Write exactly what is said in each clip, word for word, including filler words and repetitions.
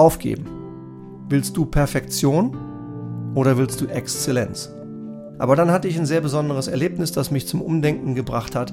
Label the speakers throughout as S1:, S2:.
S1: aufgeben? Willst du Perfektion oder willst du Exzellenz? Aber dann hatte ich ein sehr besonderes Erlebnis, das mich zum Umdenken gebracht hat.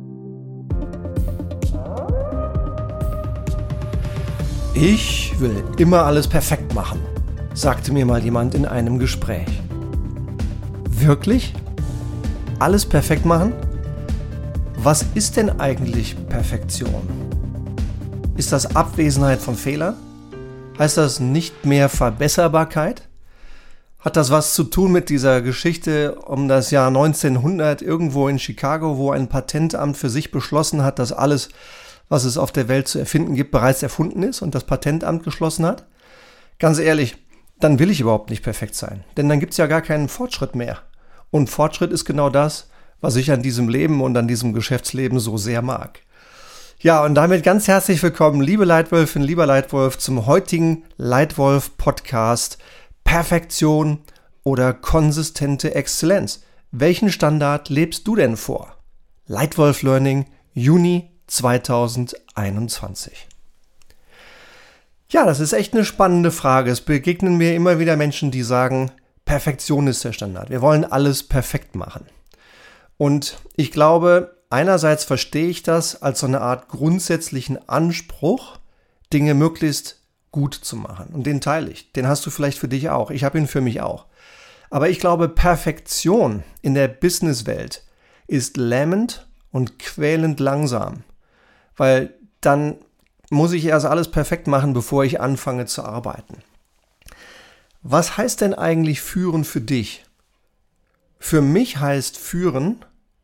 S1: Ich will immer alles perfekt machen, sagte mir mal jemand in einem Gespräch. Wirklich? Alles perfekt machen? Was ist denn eigentlich Perfektion? Ist das Abwesenheit von Fehlern? Heißt das nicht mehr Verbesserbarkeit? Hat das was zu tun mit dieser Geschichte um das Jahr neunzehnhundert irgendwo in Chicago, wo ein Patentamt für sich beschlossen hat, dass alles, was es auf der Welt zu erfinden gibt, bereits erfunden ist und das Patentamt geschlossen hat? Ganz ehrlich, dann will ich überhaupt nicht perfekt sein, denn dann gibt es ja gar keinen Fortschritt mehr. Und Fortschritt ist genau das, was ich an diesem Leben und an diesem Geschäftsleben so sehr mag. Ja, und damit ganz herzlich willkommen, liebe Leitwölfin, lieber Leitwolf, zum heutigen Leitwolf-Podcast Perfektion oder konsistente Exzellenz. Welchen Standard lebst du denn vor? Leitwolf Learning, Juni zweitausendeinundzwanzig. Ja, das ist echt eine spannende Frage. Es begegnen mir immer wieder Menschen, die sagen, Perfektion ist der Standard. Wir wollen alles perfekt machen. Und ich glaube, einerseits verstehe ich das als so eine Art grundsätzlichen Anspruch, Dinge möglichst gut zu machen. Und den teile ich. Den hast du vielleicht für dich auch. Ich habe ihn für mich auch. Aber ich glaube, Perfektion in der Businesswelt ist lähmend und quälend langsam. Weil dann muss ich erst alles perfekt machen, bevor ich anfange zu arbeiten. Was heißt denn eigentlich führen für dich? Für mich heißt führen,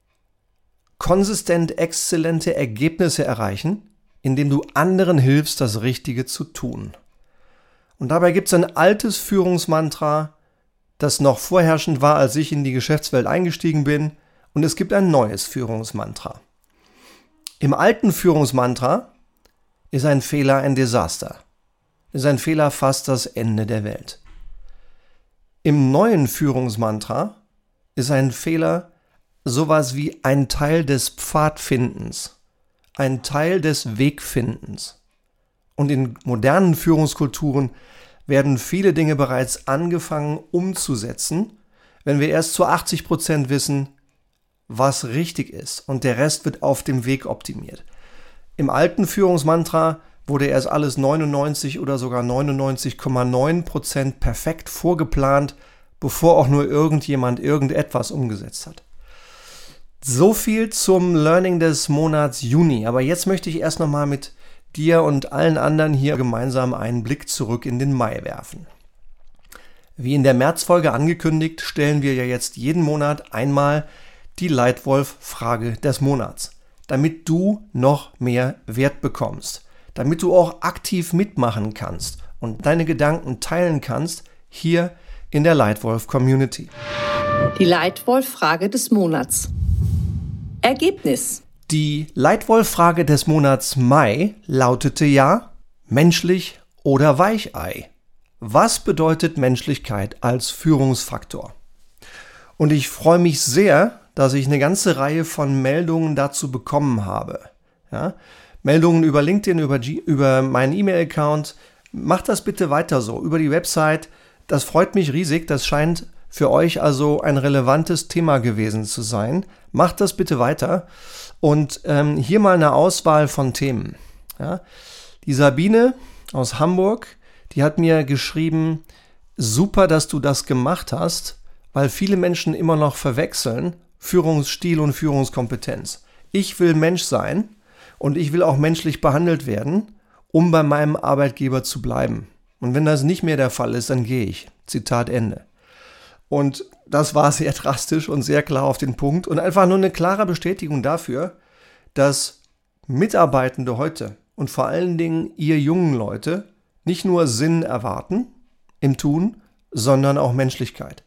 S1: konsistent exzellente Ergebnisse erreichen, indem du anderen hilfst, das Richtige zu tun. Und dabei gibt es ein altes Führungsmantra, das noch vorherrschend war, als ich in die Geschäftswelt eingestiegen bin, und es gibt ein neues Führungsmantra. Im alten Führungsmantra ist ein Fehler ein Desaster. Ist ein Fehler fast das Ende der Welt. Im neuen Führungsmantra ist ein Fehler sowas wie ein Teil des Pfadfindens, ein Teil des Wegfindens. Und in modernen Führungskulturen werden viele Dinge bereits angefangen umzusetzen, wenn wir erst zu achtzig Prozent wissen, was richtig ist, und der Rest wird auf dem Weg optimiert. Im alten Führungsmantra wurde erst alles neunundneunzig oder sogar neunundneunzig Komma neun Prozent perfekt vorgeplant, bevor auch nur irgendjemand irgendetwas umgesetzt hat. So viel zum Learning des Monats Juni. Aber jetzt möchte ich erst nochmal mit dir und allen anderen hier gemeinsam einen Blick zurück in den Mai werfen. Wie in der Märzfolge angekündigt, stellen wir ja jetzt jeden Monat einmal die Leitwolf-Frage des Monats, damit du noch mehr Wert bekommst, damit du auch aktiv mitmachen kannst und deine Gedanken teilen kannst hier in der Leitwolf-Community.
S2: Die Leitwolf-Frage des Monats. Ergebnis.
S1: Die Leitwolf-Frage des Monats Mai lautete ja: menschlich oder Weichei? Was bedeutet Menschlichkeit als Führungsfaktor? Und ich freue mich sehr, dass ich eine ganze Reihe von Meldungen dazu bekommen habe. Ja? Meldungen über LinkedIn, über, G- über meinen E-Mail-Account. Macht das bitte weiter so, über die Website. Das freut mich riesig. Das scheint für euch also ein relevantes Thema gewesen zu sein. Macht das bitte weiter. Und ähm, hier mal eine Auswahl von Themen. Ja? Die Sabine aus Hamburg, die hat mir geschrieben, super, dass du das gemacht hast, weil viele Menschen immer noch verwechseln Führungsstil und Führungskompetenz. Ich will Mensch sein und ich will auch menschlich behandelt werden, um bei meinem Arbeitgeber zu bleiben. Und wenn das nicht mehr der Fall ist, dann gehe ich. Zitat Ende. Und das war sehr drastisch und sehr klar auf den Punkt und einfach nur eine klare Bestätigung dafür, dass Mitarbeitende heute und vor allen Dingen ihr jungen Leute nicht nur Sinn erwarten im Tun, sondern auch Menschlichkeit.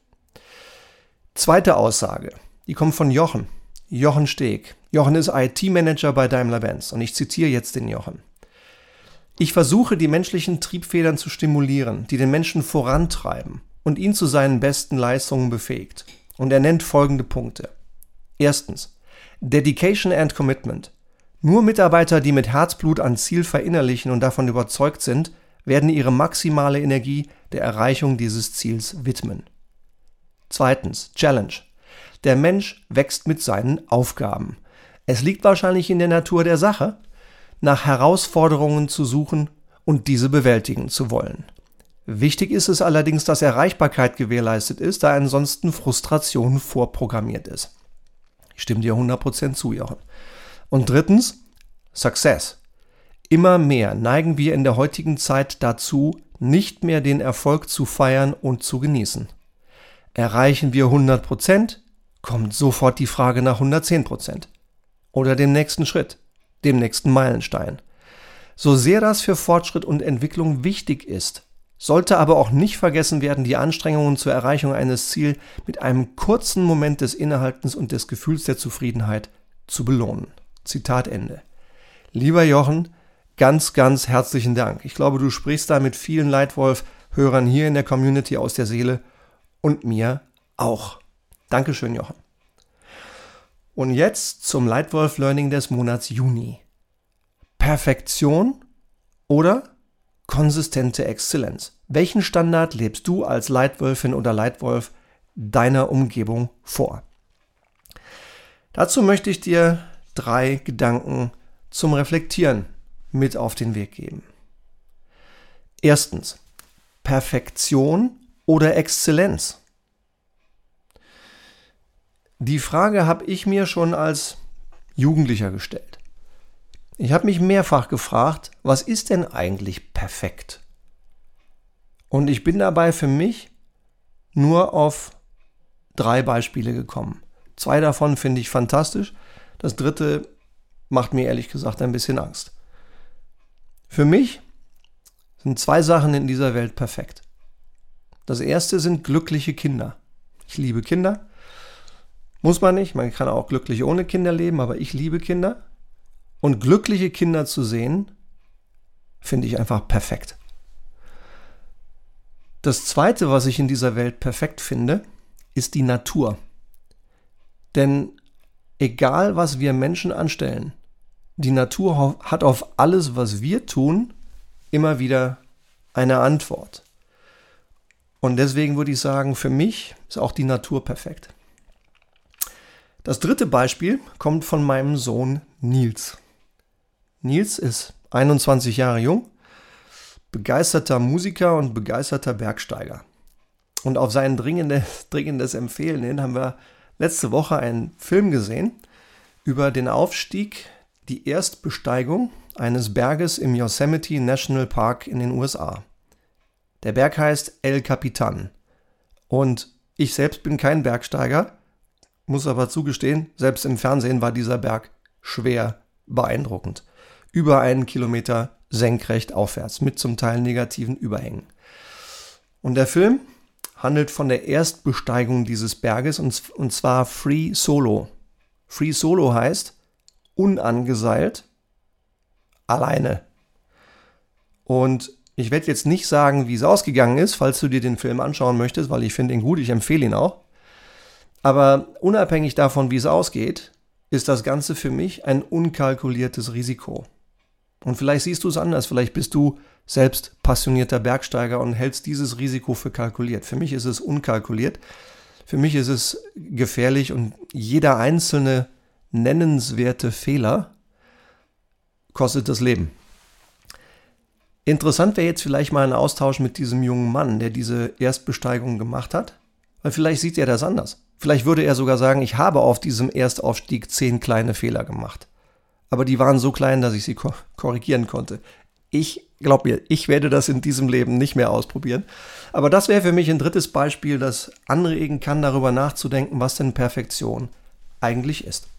S1: Zweite Aussage, die kommt von Jochen, Jochen Steg. Jochen ist I T-Manager bei Daimler-Benz und ich zitiere jetzt den Jochen. Ich versuche, die menschlichen Triebfedern zu stimulieren, die den Menschen vorantreiben und ihn zu seinen besten Leistungen befähigt. Und er nennt folgende Punkte. Erstens, Dedication and Commitment. Nur Mitarbeiter, die mit Herzblut ein Ziel verinnerlichen und davon überzeugt sind, werden ihre maximale Energie der Erreichung dieses Ziels widmen. Zweitens, Challenge. Der Mensch wächst mit seinen Aufgaben. Es liegt wahrscheinlich in der Natur der Sache, nach Herausforderungen zu suchen und diese bewältigen zu wollen. Wichtig ist es allerdings, dass Erreichbarkeit gewährleistet ist, da ansonsten Frustration vorprogrammiert ist. Ich stimme dir hundert Prozent zu, Jochen. Und drittens, Success. Immer mehr neigen wir in der heutigen Zeit dazu, nicht mehr den Erfolg zu feiern und zu genießen. Erreichen wir hundert Prozent, kommt sofort die Frage nach hundertzehn Prozent. Oder dem nächsten Schritt, dem nächsten Meilenstein. So sehr das für Fortschritt und Entwicklung wichtig ist, sollte aber auch nicht vergessen werden, die Anstrengungen zur Erreichung eines Ziels mit einem kurzen Moment des Innehaltens und des Gefühls der Zufriedenheit zu belohnen. Zitat Ende. Lieber Jochen, ganz, ganz herzlichen Dank. Ich glaube, du sprichst da mit vielen Leitwolf-Hörern hier in der Community aus der Seele und mir auch. Dankeschön, Jochen. Und jetzt zum Leitwolf-Learning des Monats Juni. Perfektion oder konsistente Exzellenz? Welchen Standard lebst du als Leitwölfin oder Leitwolf deiner Umgebung vor? Dazu möchte ich dir drei Gedanken zum Reflektieren mit auf den Weg geben. Erstens, Perfektion oder Exzellenz? Die Frage habe ich mir schon als Jugendlicher gestellt. Ich habe mich mehrfach gefragt, was ist denn eigentlich perfekt? Und ich bin dabei für mich nur auf drei Beispiele gekommen. Zwei davon finde ich fantastisch. Das dritte macht mir ehrlich gesagt ein bisschen Angst. Für mich sind zwei Sachen in dieser Welt perfekt. Das erste sind glückliche Kinder. Ich liebe Kinder. Muss man nicht, man kann auch glücklich ohne Kinder leben, aber ich liebe Kinder. Und glückliche Kinder zu sehen, finde ich einfach perfekt. Das Zweite, was ich in dieser Welt perfekt finde, ist die Natur. Denn egal, was wir Menschen anstellen, die Natur hat auf alles, was wir tun, immer wieder eine Antwort. Und deswegen würde ich sagen, für mich ist auch die Natur perfekt. Das dritte Beispiel kommt von meinem Sohn Nils. Nils ist einundzwanzig Jahre jung, begeisterter Musiker und begeisterter Bergsteiger. Und auf sein dringendes, dringendes Empfehlen hin haben wir letzte Woche einen Film gesehen über den Aufstieg, die Erstbesteigung eines Berges im Yosemite National Park in den U S A. Der Berg heißt El Capitan. Und ich selbst bin kein Bergsteiger, muss aber zugestehen, selbst im Fernsehen war dieser Berg schwer beeindruckend. Über einen Kilometer senkrecht aufwärts, mit zum Teil negativen Überhängen. Und der Film handelt von der Erstbesteigung dieses Berges und, und zwar Free Solo. Free Solo heißt unangeseilt, alleine. Und ich werde jetzt nicht sagen, wie es ausgegangen ist, falls du dir den Film anschauen möchtest, weil ich finde ihn gut, ich empfehle ihn auch. Aber unabhängig davon, wie es ausgeht, ist das Ganze für mich ein unkalkuliertes Risiko. Und vielleicht siehst du es anders, vielleicht bist du selbst passionierter Bergsteiger und hältst dieses Risiko für kalkuliert. Für mich ist es unkalkuliert, für mich ist es gefährlich und jeder einzelne nennenswerte Fehler kostet das Leben. Interessant wäre jetzt vielleicht mal ein Austausch mit diesem jungen Mann, der diese Erstbesteigung gemacht hat, weil vielleicht sieht er das anders. Vielleicht würde er sogar sagen, ich habe auf diesem Erstaufstieg zehn kleine Fehler gemacht. Aber die waren so klein, dass ich sie ko- korrigieren konnte. Ich, glaub mir, ich werde das in diesem Leben nicht mehr ausprobieren. Aber das wäre für mich ein drittes Beispiel, das anregen kann, darüber nachzudenken, was denn Perfektion eigentlich ist.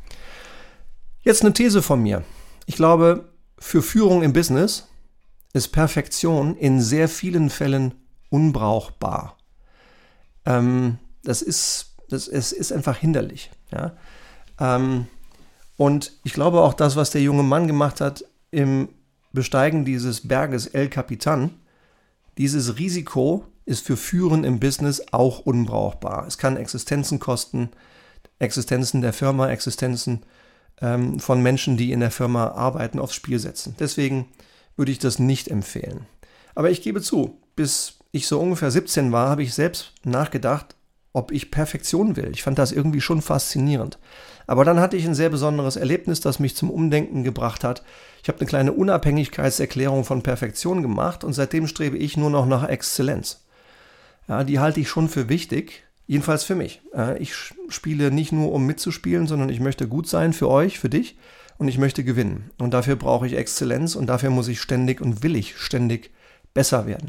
S1: Jetzt eine These von mir. Ich glaube, für Führung im Business ist Perfektion in sehr vielen Fällen unbrauchbar. Ähm, das ist Das, es ist einfach hinderlich. Ja? Ähm, und ich glaube auch, das, was der junge Mann gemacht hat im Besteigen dieses Berges El Capitan, dieses Risiko ist für Führen im Business auch unbrauchbar. Es kann Existenzen kosten, Existenzen der Firma, Existenzen ähm, von Menschen, die in der Firma arbeiten, aufs Spiel setzen. Deswegen würde ich das nicht empfehlen. Aber ich gebe zu, bis ich so ungefähr siebzehn war, habe ich selbst nachgedacht, ob ich Perfektion will. Ich fand das irgendwie schon faszinierend. Aber dann hatte ich ein sehr besonderes Erlebnis, das mich zum Umdenken gebracht hat. Ich habe eine kleine Unabhängigkeitserklärung von Perfektion gemacht und seitdem strebe ich nur noch nach Exzellenz. Ja, die halte ich schon für wichtig, jedenfalls für mich. Ich spiele nicht nur, um mitzuspielen, sondern ich möchte gut sein für euch, für dich und ich möchte gewinnen. Und dafür brauche ich Exzellenz und dafür muss ich ständig und will ich ständig besser werden.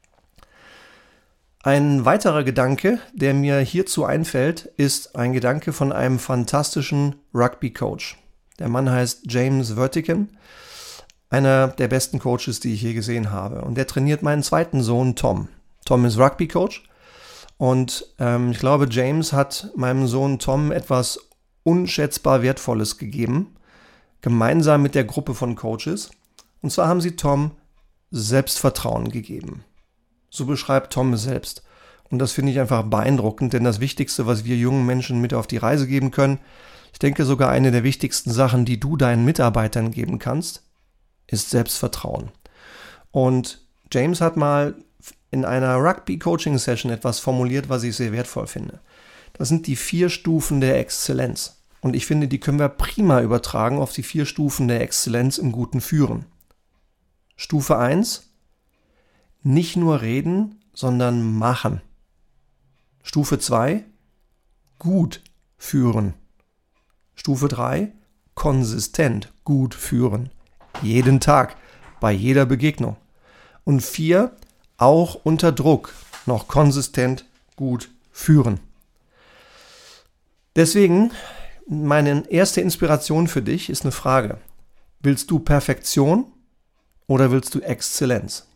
S1: Ein weiterer Gedanke, der mir hierzu einfällt, ist ein Gedanke von einem fantastischen Rugby-Coach. Der Mann heißt James Vertigan, einer der besten Coaches, die ich je gesehen habe. Und der trainiert meinen zweiten Sohn Tom. Tom ist Rugby-Coach und ähm, ich glaube, James hat meinem Sohn Tom etwas unschätzbar Wertvolles gegeben, gemeinsam mit der Gruppe von Coaches. Und zwar haben sie Tom Selbstvertrauen gegeben. So beschreibt Tom es selbst. Und das finde ich einfach beeindruckend, denn das Wichtigste, was wir jungen Menschen mit auf die Reise geben können, ich denke sogar eine der wichtigsten Sachen, die du deinen Mitarbeitern geben kannst, ist Selbstvertrauen. Und James hat mal in einer Rugby-Coaching-Session etwas formuliert, was ich sehr wertvoll finde. Das sind die vier Stufen der Exzellenz. Und ich finde, die können wir prima übertragen auf die vier Stufen der Exzellenz im guten Führen. Stufe eins: nicht nur reden, sondern machen. Stufe zwei: gut führen. Stufe drei: konsistent gut führen. Jeden Tag, bei jeder Begegnung. Und vier: auch unter Druck noch konsistent gut führen. Deswegen, meine erste Inspiration für dich ist eine Frage. Willst du Perfektion oder willst du Exzellenz?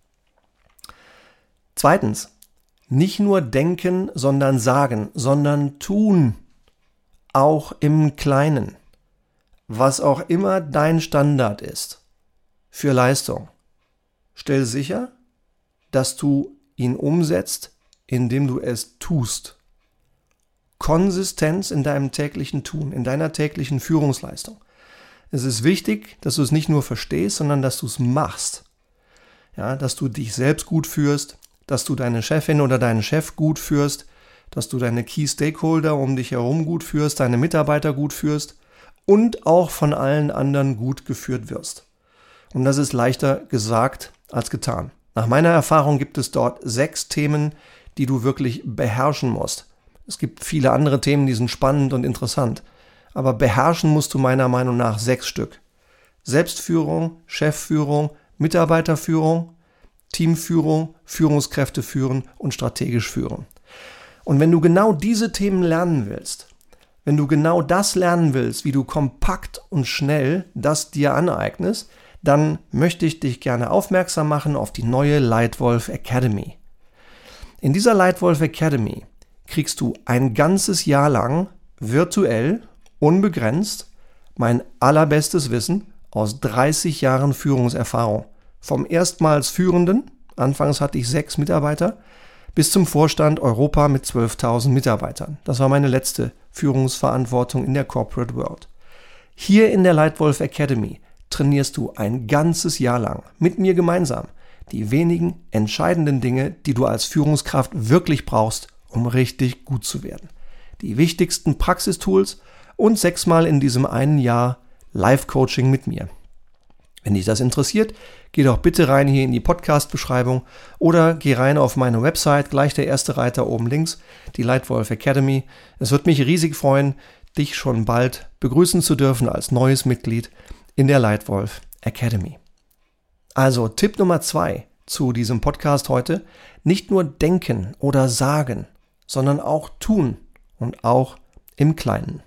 S1: Zweitens, nicht nur denken, sondern sagen, sondern tun, auch im Kleinen, was auch immer dein Standard ist für Leistung. Stell sicher, dass du ihn umsetzt, indem du es tust. Konsistenz in deinem täglichen Tun, in deiner täglichen Führungsleistung. Es ist wichtig, dass du es nicht nur verstehst, sondern dass du es machst. Ja, dass du dich selbst gut führst, dass du deine Chefin oder deinen Chef gut führst, dass du deine Key Stakeholder um dich herum gut führst, deine Mitarbeiter gut führst und auch von allen anderen gut geführt wirst. Und das ist leichter gesagt als getan. Nach meiner Erfahrung gibt es dort sechs Themen, die du wirklich beherrschen musst. Es gibt viele andere Themen, die sind spannend und interessant. Aber beherrschen musst du meiner Meinung nach sechs Stück. Selbstführung, Chefführung, Mitarbeiterführung, Teamführung, Führungskräfte führen und strategisch führen. Und wenn du genau diese Themen lernen willst, wenn du genau das lernen willst, wie du kompakt und schnell das dir aneignest, dann möchte ich dich gerne aufmerksam machen auf die neue Lightwolf Academy. In dieser Lightwolf Academy kriegst du ein ganzes Jahr lang virtuell, unbegrenzt, mein allerbestes Wissen aus dreißig Jahren Führungserfahrung. Vom erstmals Führenden, anfangs hatte ich sechs Mitarbeiter, bis zum Vorstand Europa mit zwölftausend Mitarbeitern. Das war meine letzte Führungsverantwortung in der Corporate World. Hier in der Lightwolf Academy trainierst du ein ganzes Jahr lang mit mir gemeinsam die wenigen entscheidenden Dinge, die du als Führungskraft wirklich brauchst, um richtig gut zu werden. Die wichtigsten Praxistools und sechsmal in diesem einen Jahr Live-Coaching mit mir. Wenn dich das interessiert, geh doch bitte rein hier in die Podcast-Beschreibung oder geh rein auf meine Website, gleich der erste Reiter oben links, die Lightwolf Academy. Es wird mich riesig freuen, dich schon bald begrüßen zu dürfen als neues Mitglied in der Lightwolf Academy. Also Tipp Nummer zwei zu diesem Podcast heute: nicht nur denken oder sagen, sondern auch tun und auch im Kleinen.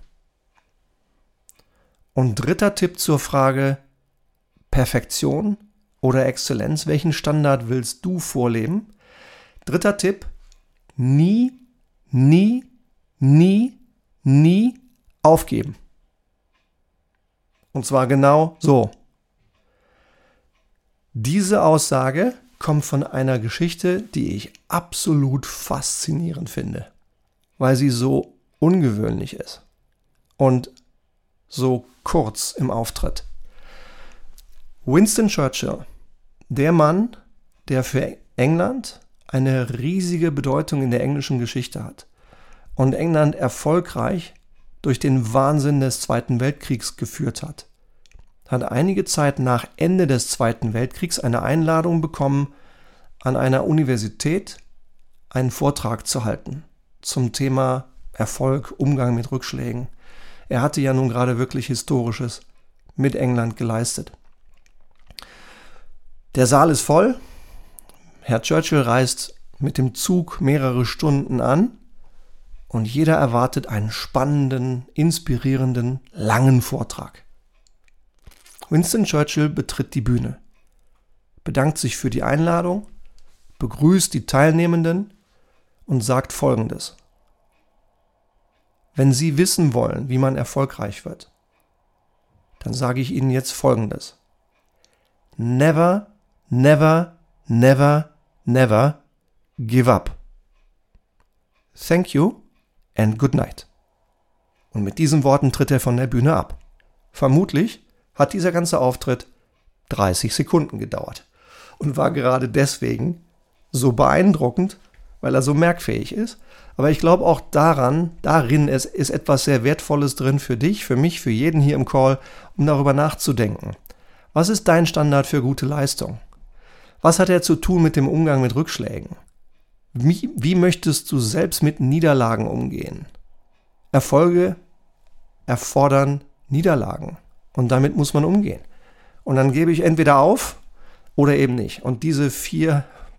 S1: Und dritter Tipp zur Frage Perfektion oder Exzellenz, welchen Standard willst du vorleben? Dritter Tipp: nie, nie, nie, nie aufgeben. Und zwar genau so. Diese Aussage kommt von einer Geschichte, die ich absolut faszinierend finde, weil sie so ungewöhnlich ist und so kurz im Auftritt. Winston Churchill, der Mann, der für England eine riesige Bedeutung in der englischen Geschichte hat und England erfolgreich durch den Wahnsinn des Zweiten Weltkriegs geführt hat, hat einige Zeit nach Ende des Zweiten Weltkriegs eine Einladung bekommen, an einer Universität einen Vortrag zu halten zum Thema Erfolg, Umgang mit Rückschlägen. Er hatte ja nun gerade wirklich Historisches mit England geleistet. Der Saal ist voll. Herr Churchill reist mit dem Zug mehrere Stunden an und jeder erwartet einen spannenden, inspirierenden, langen Vortrag. Winston Churchill betritt die Bühne, bedankt sich für die Einladung, begrüßt die Teilnehmenden und sagt Folgendes: Wenn Sie wissen wollen, wie man erfolgreich wird, dann sage ich Ihnen jetzt Folgendes: Never, never, never, never give up. Thank you and good night. Und mit diesen Worten tritt er von der Bühne ab. Vermutlich hat dieser ganze Auftritt dreißig Sekunden gedauert und war gerade deswegen so beeindruckend, weil er so merkfähig ist. Aber ich glaube auch daran, darin ist, ist etwas sehr Wertvolles drin für dich, für mich, für jeden hier im Call, um darüber nachzudenken. Was ist dein Standard für gute Leistung? Was hat er zu tun mit dem Umgang mit Rückschlägen? Wie, wie möchtest du selbst mit Niederlagen umgehen? Erfolge erfordern Niederlagen und damit muss man umgehen. Und dann gebe ich entweder auf oder eben nicht. Und diese vier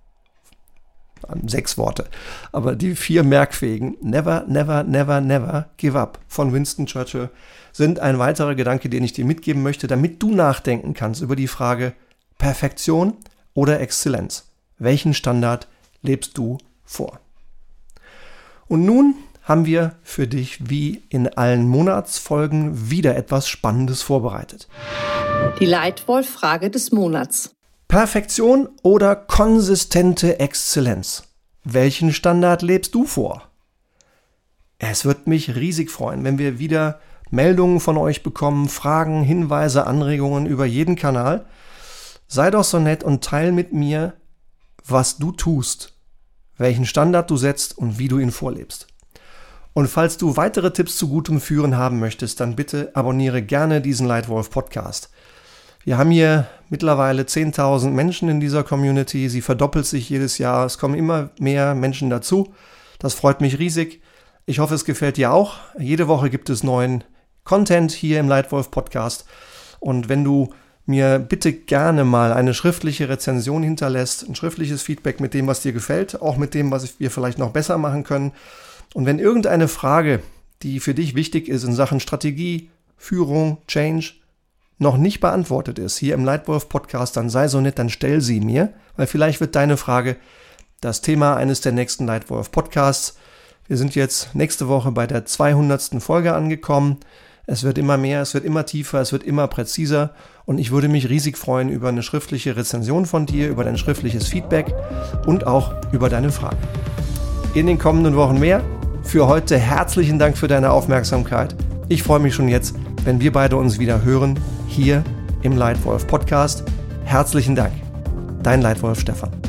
S1: Sechs Worte, aber die vier merkfähigen Never, never, never, never give up von Winston Churchill sind ein weiterer Gedanke, den ich dir mitgeben möchte, damit du nachdenken kannst über die Frage Perfektion oder Exzellenz. Welchen Standard lebst du vor? Und nun haben wir für dich wie in allen Monatsfolgen wieder etwas Spannendes vorbereitet.
S2: Die Leitwolf-Frage des Monats.
S1: Perfektion oder konsistente Exzellenz? Welchen Standard lebst du vor? Es wird mich riesig freuen, wenn wir wieder Meldungen von euch bekommen, Fragen, Hinweise, Anregungen über jeden Kanal. Sei doch so nett und teile mit mir, was du tust, welchen Standard du setzt und wie du ihn vorlebst. Und falls du weitere Tipps zu gutem Führen haben möchtest, dann bitte abonniere gerne diesen Leitwolf Podcast. Wir haben hier mittlerweile zehntausend Menschen in dieser Community. Sie verdoppelt sich jedes Jahr. Es kommen immer mehr Menschen dazu. Das freut mich riesig. Ich hoffe, es gefällt dir auch. Jede Woche gibt es neuen Content hier im Leitwolf Podcast. Und wenn du mir bitte gerne mal eine schriftliche Rezension hinterlässt, ein schriftliches Feedback mit dem, was dir gefällt, auch mit dem, was wir vielleicht noch besser machen können. Und wenn irgendeine Frage, die für dich wichtig ist in Sachen Strategie, Führung, Change, noch nicht beantwortet ist hier im Leitwolf Podcast, dann sei so nett, dann stell sie mir, weil vielleicht wird deine Frage das Thema eines der nächsten Leitwolf Podcasts. Wir sind jetzt nächste Woche bei der zweihundertsten Folge angekommen. Es wird immer mehr, es wird immer tiefer, es wird immer präziser und ich würde mich riesig freuen über eine schriftliche Rezension von dir, über dein schriftliches Feedback und auch über deine Fragen. In den kommenden Wochen mehr. Für heute herzlichen Dank für deine Aufmerksamkeit. Ich freue mich schon jetzt, wenn wir beide uns wieder hören, hier im Leitwolf Podcast. Herzlichen Dank. Dein Leitwolf Stefan.